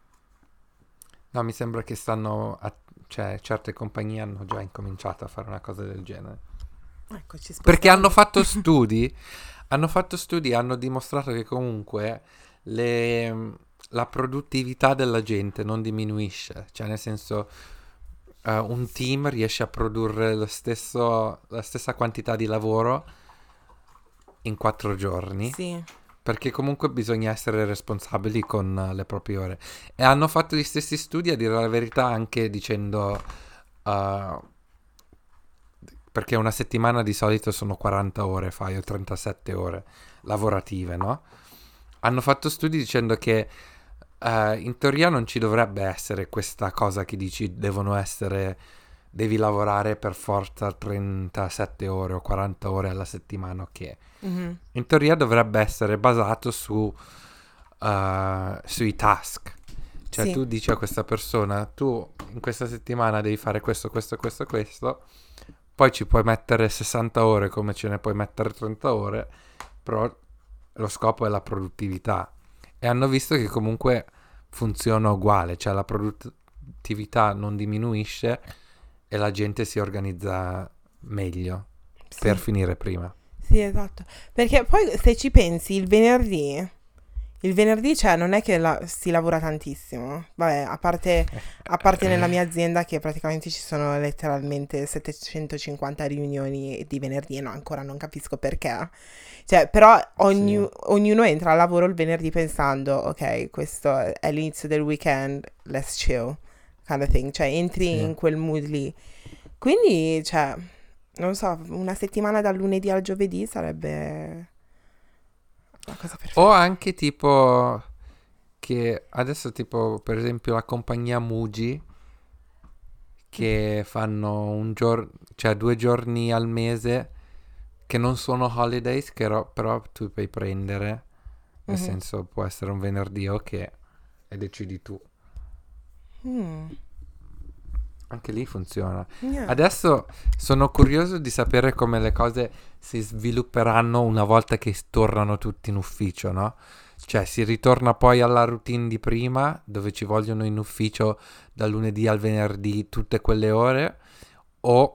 No, mi sembra che stanno... A, cioè, certe compagnie hanno già incominciato a fare una cosa del genere. Eccoci, perché hanno fatto studi, hanno fatto studi, hanno dimostrato che comunque le, la produttività della gente non diminuisce. Cioè, nel senso... Uh, un team riesce a produrre lo stesso, la stessa quantità di lavoro in quattro giorni. Sì. Perché comunque bisogna essere responsabili con uh, le proprie ore. E hanno fatto gli stessi studi, a dire la verità, anche dicendo... Uh, perché una settimana di solito sono quaranta ore, fai, o trentasette ore lavorative, no? Hanno fatto studi dicendo che... Uh, in teoria non ci dovrebbe essere questa cosa che dici devono essere, devi lavorare per forza trentasette ore o quaranta ore alla settimana, ok. Mm-hmm. In teoria dovrebbe essere basato su uh, sui task. Cioè sì. Tu dici a questa persona, tu in questa settimana devi fare questo, questo, questo, questo, poi ci puoi mettere sessanta ore come ce ne puoi mettere trenta ore, però lo scopo è la produttività. E hanno visto che comunque funziona uguale, cioè la produttività non diminuisce e la gente si organizza meglio sì. per finire prima. Sì, esatto. Perché poi se ci pensi, il venerdì, il venerdì cioè non è che la, si lavora tantissimo. Vabbè, a parte, a parte nella mia azienda che praticamente ci sono letteralmente settecentocinquanta riunioni di venerdì e no, ancora non capisco perché. Cioè, però ogni, sì. ognuno entra al lavoro il venerdì pensando, ok, questo è l'inizio del weekend, let's chill, kind of thing. Cioè, entri sì. in quel mood lì. Quindi, cioè, non so, una settimana dal lunedì al giovedì sarebbe la cosa perfetta. O anche tipo che adesso tipo, per esempio, la compagnia Muji che mm. fanno un giorno, cioè due giorni al mese che non sono holidays, che ro- però tu puoi prendere, nel mm-hmm. senso può essere un venerdì o che e decidi tu. Mm. Anche lì funziona. Yeah. Adesso sono curioso di sapere come le cose si svilupperanno una volta che tornano tutti in ufficio, no? Cioè si ritorna poi alla routine di prima, dove ci vogliono in ufficio dal lunedì al venerdì tutte quelle ore, o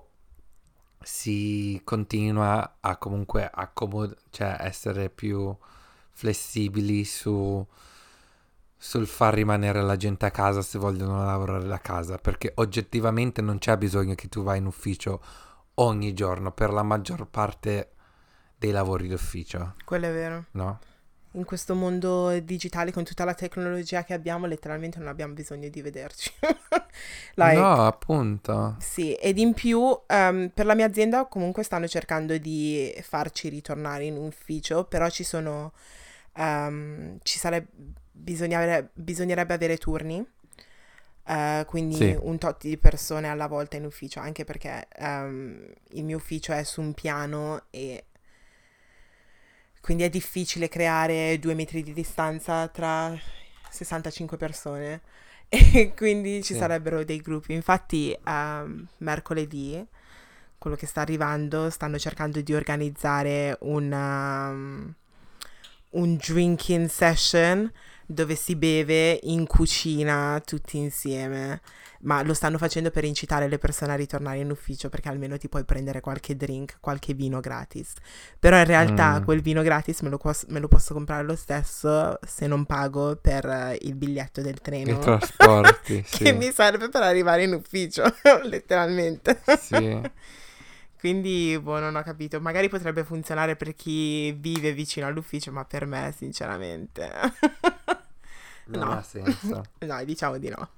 si continua a comunque accomod- cioè essere più flessibili su sul far rimanere la gente a casa se vogliono lavorare da casa, perché oggettivamente non c'è bisogno che tu vai in ufficio ogni giorno per la maggior parte dei lavori d'ufficio. Quello è vero. No? in questo mondo digitale con tutta la tecnologia che abbiamo, letteralmente non abbiamo bisogno di vederci. Like, no, appunto. sì, ed in più um, per la mia azienda comunque stanno cercando di farci ritornare in ufficio, però ci sono, um, ci sarebbe, bisognerebbe, bisognerebbe avere turni, uh, quindi Sì. un tot di persone alla volta in ufficio, anche perché um, il mio ufficio è su un piano e quindi è difficile creare due metri di distanza tra sessantacinque persone e quindi ci Sì. sarebbero dei gruppi. Infatti um, mercoledì, quello che sta arrivando, stanno cercando di organizzare un, um, un drinking session dove si beve in cucina tutti insieme, ma lo stanno facendo per incitare le persone a ritornare in ufficio, perché almeno ti puoi prendere qualche drink, qualche vino gratis. Però in realtà Mm. quel vino gratis me lo, cos- me lo posso comprare lo stesso se non pago per eh, il biglietto del I treno trasporti, che sì. mi serve per arrivare in ufficio, letteralmente. Sì. Quindi, boh, non ho capito. Magari potrebbe funzionare per chi vive vicino all'ufficio, ma per me, sinceramente, Non no. ha senso. No, diciamo di no.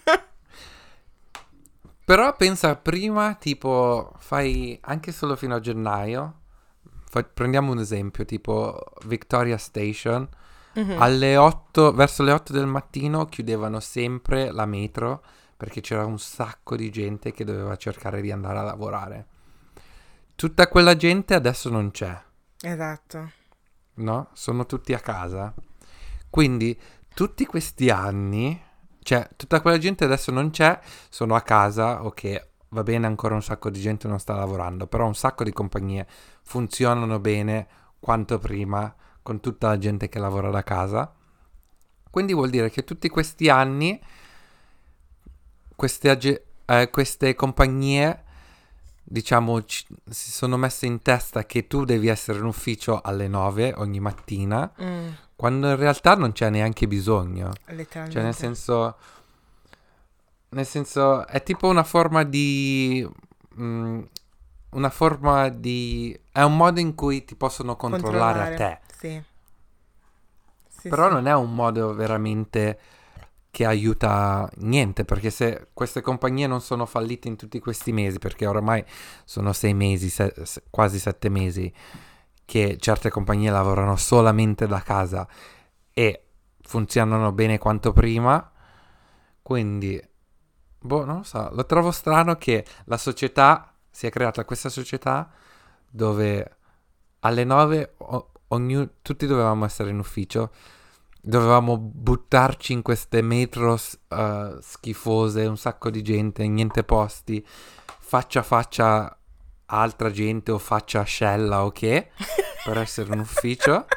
Però pensa prima, tipo, fai anche solo fino a gennaio. Fa- prendiamo un esempio, tipo Victoria Station. Mhm. Alle otto, verso le otto del mattino chiudevano sempre la metro perché c'era un sacco di gente che doveva cercare di andare a lavorare. Tutta quella gente adesso non c'è, Esatto. no? Sono tutti a casa. Quindi tutti questi anni, cioè tutta quella gente adesso non c'è, sono a casa, ok, va bene, ancora un sacco di gente non sta lavorando, però un sacco di compagnie funzionano bene quanto prima con tutta la gente che lavora da casa. Quindi vuol dire che tutti questi anni queste, age- eh, queste compagnie, diciamo, ci- si sono messe in testa che tu devi essere in ufficio alle nove ogni mattina, Mm, quando in realtà non c'è neanche bisogno. Cioè, nel letteralmente. senso, nel senso, è tipo una forma di... mm, una forma di... è un modo in cui ti possono controllare a Controllare. te. Sì. Sì, Però sì. non è un modo veramente che aiuta niente, perché se queste compagnie non sono fallite in tutti questi mesi, perché oramai sono sei mesi, se- se- quasi sette mesi, che certe compagnie lavorano solamente da casa e funzionano bene quanto prima, quindi, boh, non lo so, lo trovo strano che la società, si è creata questa società dove alle nove o- ognu- tutti dovevamo essere in ufficio, dovevamo buttarci in queste metro s- eh, schifose, un sacco di gente, niente posti, faccia a faccia a altra gente o faccia a scella o che, per essere in ufficio.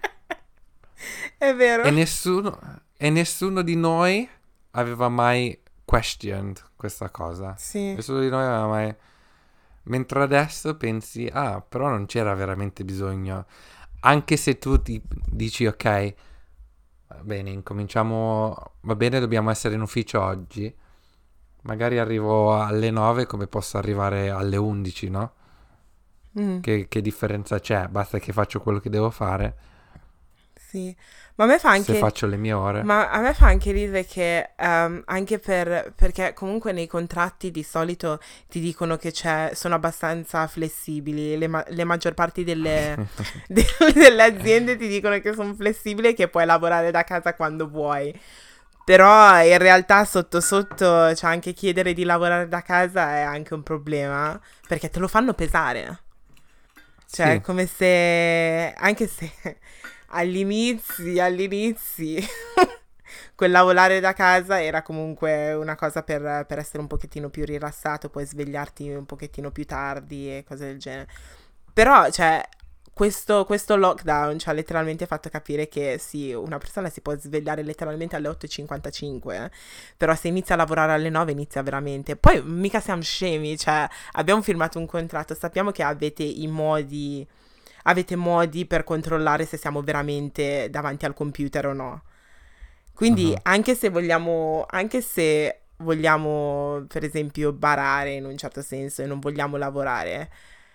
È vero. E nessuno, e nessuno di noi aveva mai questioned questa cosa. Sì. Nessuno di noi aveva mai... Mentre adesso pensi, ah, però non c'era veramente bisogno. Anche se tu ti dici, ok, va bene, incominciamo, va bene, dobbiamo essere in ufficio oggi. Magari arrivo alle nove come posso arrivare alle undici, no? Mm, Che, che differenza c'è? Basta che faccio quello che devo fare, sì. Ma a me fa se anche... faccio le mie ore. Ma a me fa anche ridere che ehm, anche per... perché comunque nei contratti di solito ti dicono che c'è, sono abbastanza flessibili. Le, ma- le maggior parti delle, de- delle aziende ti dicono che sono flessibili e che puoi lavorare da casa quando vuoi. Però in realtà sotto sotto, cioè anche chiedere di lavorare da casa è anche un problema, perché te lo fanno pesare. Cioè, è Sì, come se, anche se all'inizio, all'inizio, quel lavorare da casa era comunque una cosa per, per essere un pochettino più rilassato, poi svegliarti un pochettino più tardi e cose del genere. Però, cioè, questo, questo lockdown ci ha letteralmente fatto capire che sì, una persona si può svegliare letteralmente alle otto e cinquantacinque, eh, però se inizia a lavorare alle nove inizia veramente. Poi mica siamo scemi, cioè abbiamo firmato un contratto, sappiamo che avete i modi, avete modi per controllare se siamo veramente davanti al computer o no. Quindi mhm, anche se vogliamo, anche se vogliamo, per esempio, barare in un certo senso e non vogliamo lavorare,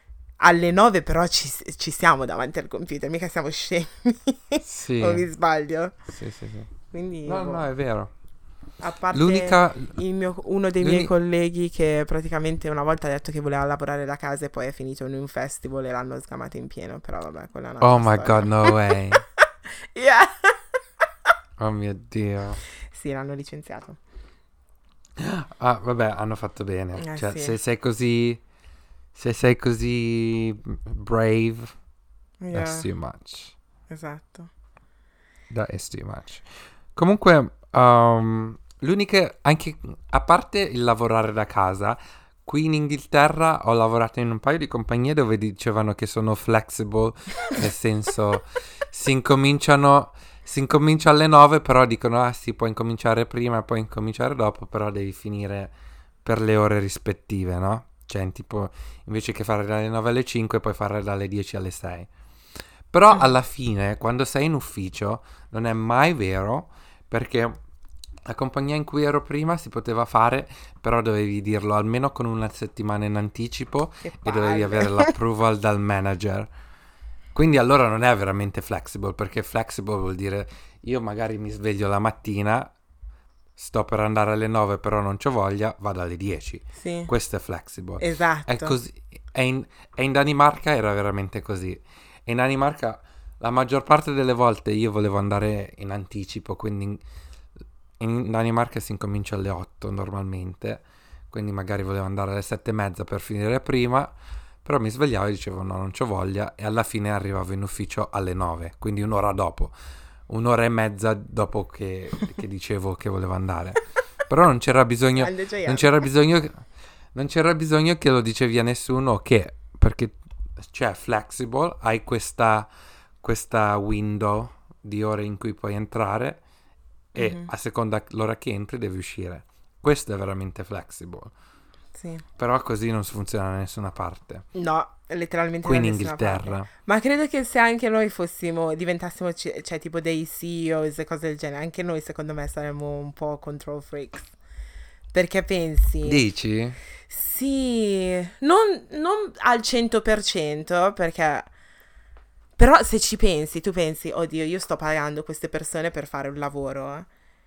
alle nove però ci, ci siamo davanti al computer, mica siamo scemi. Sì. O mi sbaglio? Sì, sì, sì. Quindi, no, boh. no, è vero. A parte L'unica... il mio, uno dei l'uni... miei colleghi che praticamente una volta ha detto che voleva lavorare da casa e poi è finito in un festival e l'hanno sgamato in pieno, però vabbè, quella è un'altra Oh my storia. god, no way. Yeah. Oh mio Dio. Sì, l'hanno licenziato. Ah, vabbè, hanno fatto bene. Eh, Cioè, sì. se sei così... Se sei così brave, Yeah. that's too much. Esatto. That is too much. Comunque, um, l'unica... Anche... A parte il lavorare da casa... Qui in Inghilterra ho lavorato in un paio di compagnie dove dicevano che sono flexible, nel senso si incominciano, si incomincia alle nove, però dicono ah si può incominciare prima e poi incominciare dopo, però devi finire per le ore rispettive, no? Cioè tipo invece che fare dalle nove alle cinque puoi fare dalle dieci alle sei. Però alla fine quando sei in ufficio non è mai vero, perché la compagnia in cui ero prima si poteva fare, però dovevi dirlo almeno con una settimana in anticipo Che e dovevi palle. avere l'approval dal manager. Quindi allora non è veramente flexible, perché flexible vuol dire io magari mi sveglio la mattina, sto per andare alle nove però non c'ho voglia, vado alle dieci. Sì. Questo è flexible. Esatto. È così. È in, è in Danimarca era veramente così. E in Danimarca la maggior parte delle volte io volevo andare in anticipo, quindi... In, In Danimarca si incomincia alle otto normalmente, quindi magari volevo andare alle sette e mezza per finire prima, però mi svegliavo e dicevo no, non c'ho voglia, e alla fine arrivavo in ufficio alle nove, quindi un'ora dopo, un'ora e mezza dopo che, che dicevo che volevo andare. Però non c'era bisogno, non c'era bisogno, non c'era bisogno che lo dicevi a nessuno, che, perché c'è flexible, hai questa, questa window di ore in cui puoi entrare, e mm-hmm. a seconda l'ora che entri devi uscire. Questo è veramente flexible. Sì. Però così non funziona da nessuna parte. No, letteralmente qui da in nessuna Inghilterra. parte. Ma credo che se anche noi fossimo, diventassimo, c- cioè tipo dei C E Os e cose del genere, anche noi secondo me saremmo un po' control freaks. Perché pensi? Dici? Sì, non, non al cento per cento, perché... Però se ci pensi, tu pensi, oddio, io sto pagando queste persone per fare un lavoro,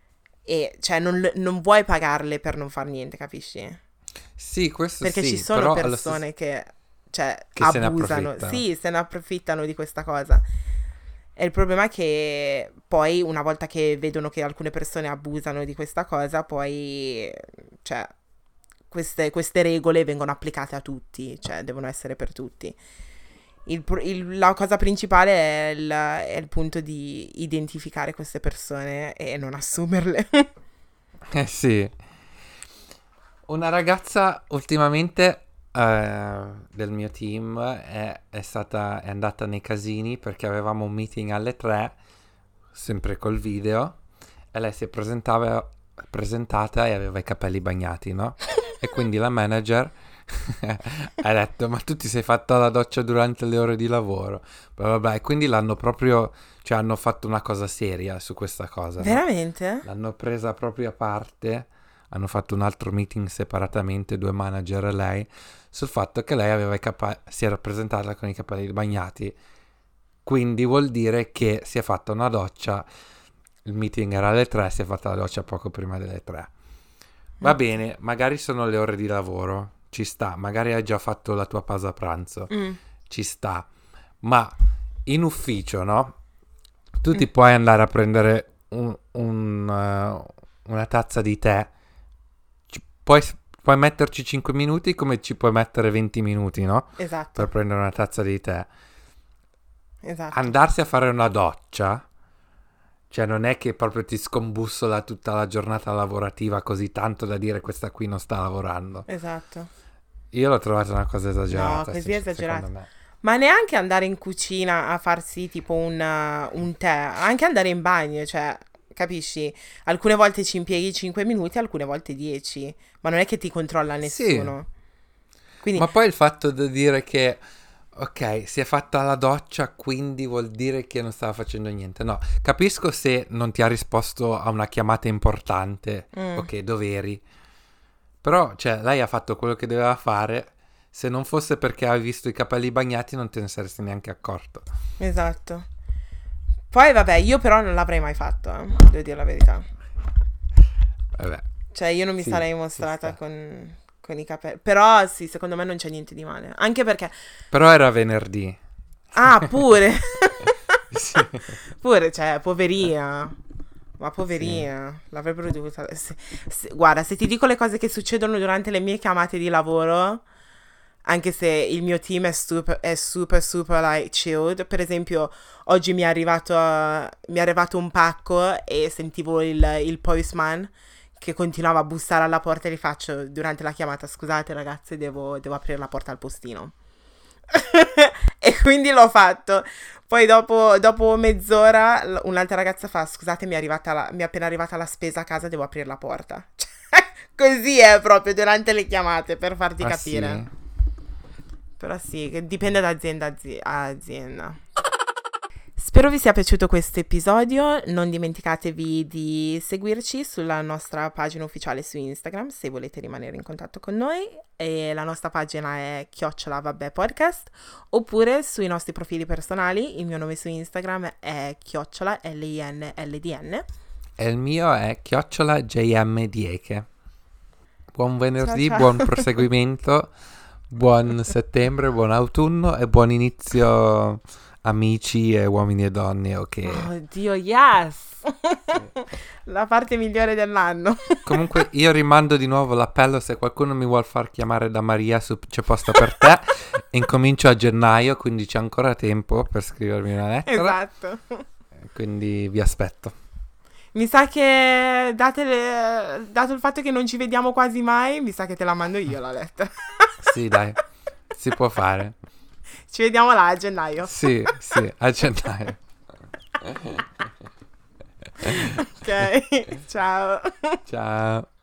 e cioè non, non vuoi pagarle per non far niente, capisci? Sì, questo Perché sì, ci sono però persone stesso... che, cioè, che abusano, se ne sì, se ne approfittano di questa cosa. E il problema è che poi, una volta che vedono che alcune persone abusano di questa cosa, poi, cioè, queste, queste regole vengono applicate a tutti, cioè, devono essere per tutti. Il, il, la cosa principale è il, è il punto di identificare queste persone e non assumerle. Eh sì. Una ragazza ultimamente eh, del mio team è, è stata è andata nei casini perché avevamo un meeting alle tre, sempre col video, e lei si è presentava, presentata e aveva i capelli bagnati, no? E quindi la manager ha detto ma tu ti sei fatta la doccia durante le ore di lavoro, bla bla bla, e quindi l'hanno proprio, cioè hanno fatto una cosa seria su questa cosa, no? Veramente? L'hanno presa proprio a parte, hanno fatto un altro meeting separatamente, due manager e lei, sul fatto che lei aveva i capa- si era presentata con i capelli bagnati, quindi vuol dire che si è fatta una doccia, il meeting era alle tre, si è fatta la doccia poco prima delle tre. Va mm. bene, magari sono le ore di lavoro, ci sta, magari hai già fatto la tua pausa pranzo, mm. ci sta, ma in ufficio, no? Tu mm. ti puoi andare a prendere un, un, uh, una tazza di tè, ci, puoi, puoi metterci cinque minuti come ci puoi mettere venti minuti, no? Esatto. Per prendere una tazza di tè. Esatto. Andarsi a fare una doccia, cioè non è che proprio ti scombussola tutta la giornata lavorativa così tanto da dire questa qui non sta lavorando. Esatto. Io l'ho trovata una cosa esagerata. No, così esagerata. Me. Ma neanche andare in cucina a farsi tipo un, uh, un tè, anche andare in bagno, cioè, capisci? Alcune volte ci impieghi cinque minuti, alcune volte dieci, ma non è che ti controlla nessuno. Sì. Quindi... Ma poi il fatto di dire che, ok, si è fatta la doccia, quindi vuol dire che non stava facendo niente. No, capisco se non ti ha risposto a una chiamata importante, mm. ok, dov'eri? Però, cioè, lei ha fatto quello che doveva fare, se non fosse perché avevi visto i capelli bagnati non te ne saresti neanche accorto. Esatto. Poi vabbè, io però non l'avrei mai fatto, eh, devo dire la verità. Vabbè. Cioè io non mi Sì, sarei ci mostrata sta. con, con i capelli. Però sì, secondo me non c'è niente di male. Anche perché... Però era venerdì. Ah, pure! Sì. Pure, cioè, poverina. Ma poverina, l'avrebbero dovuta... se- se- guarda, se ti dico le cose che succedono durante le mie chiamate di lavoro, anche se il mio team è super, è super, super, like, chilled. Per esempio, oggi mi è arrivato, mi è arrivato un pacco e sentivo il, il postman che continuava a bussare alla porta e gli faccio durante la chiamata: scusate ragazze, devo, devo aprire la porta al postino. E quindi l'ho fatto. Poi dopo, dopo mezz'ora l- un'altra ragazza fa: scusate, mi è arrivata la- mi è appena arrivata la spesa a casa, devo aprire la porta. Cioè, così è proprio durante le chiamate, per farti Ah, capire. sì? Però sì, che dipende da azienda a azi- a azienda. Spero vi sia piaciuto questo episodio. Non dimenticatevi di seguirci sulla nostra pagina ufficiale su Instagram se volete rimanere in contatto con noi. E la nostra pagina è chiocciola vabbè podcast, oppure sui nostri profili personali. Il mio nome su Instagram è chiocciola L I N L D N. E il mio è chiocciola J M Dieche. Buon venerdì, Ciao, ciao. buon proseguimento, buon settembre, buon autunno e buon inizio, amici e uomini e donne. Ok. Oddio, yes! La parte migliore dell'anno. Comunque io rimando di nuovo l'appello: se qualcuno mi vuol far chiamare da Maria su C'è posto per te, incomincio a gennaio, quindi c'è ancora tempo per scrivermi una lettera. Esatto. Quindi vi aspetto. Mi sa che, date le- dato il fatto che non ci vediamo quasi mai, mi sa che te la mando io la lettera. Sì, dai, si può fare. Ci vediamo là a gennaio. Sì, sì, a gennaio. Ok, ciao. Ciao.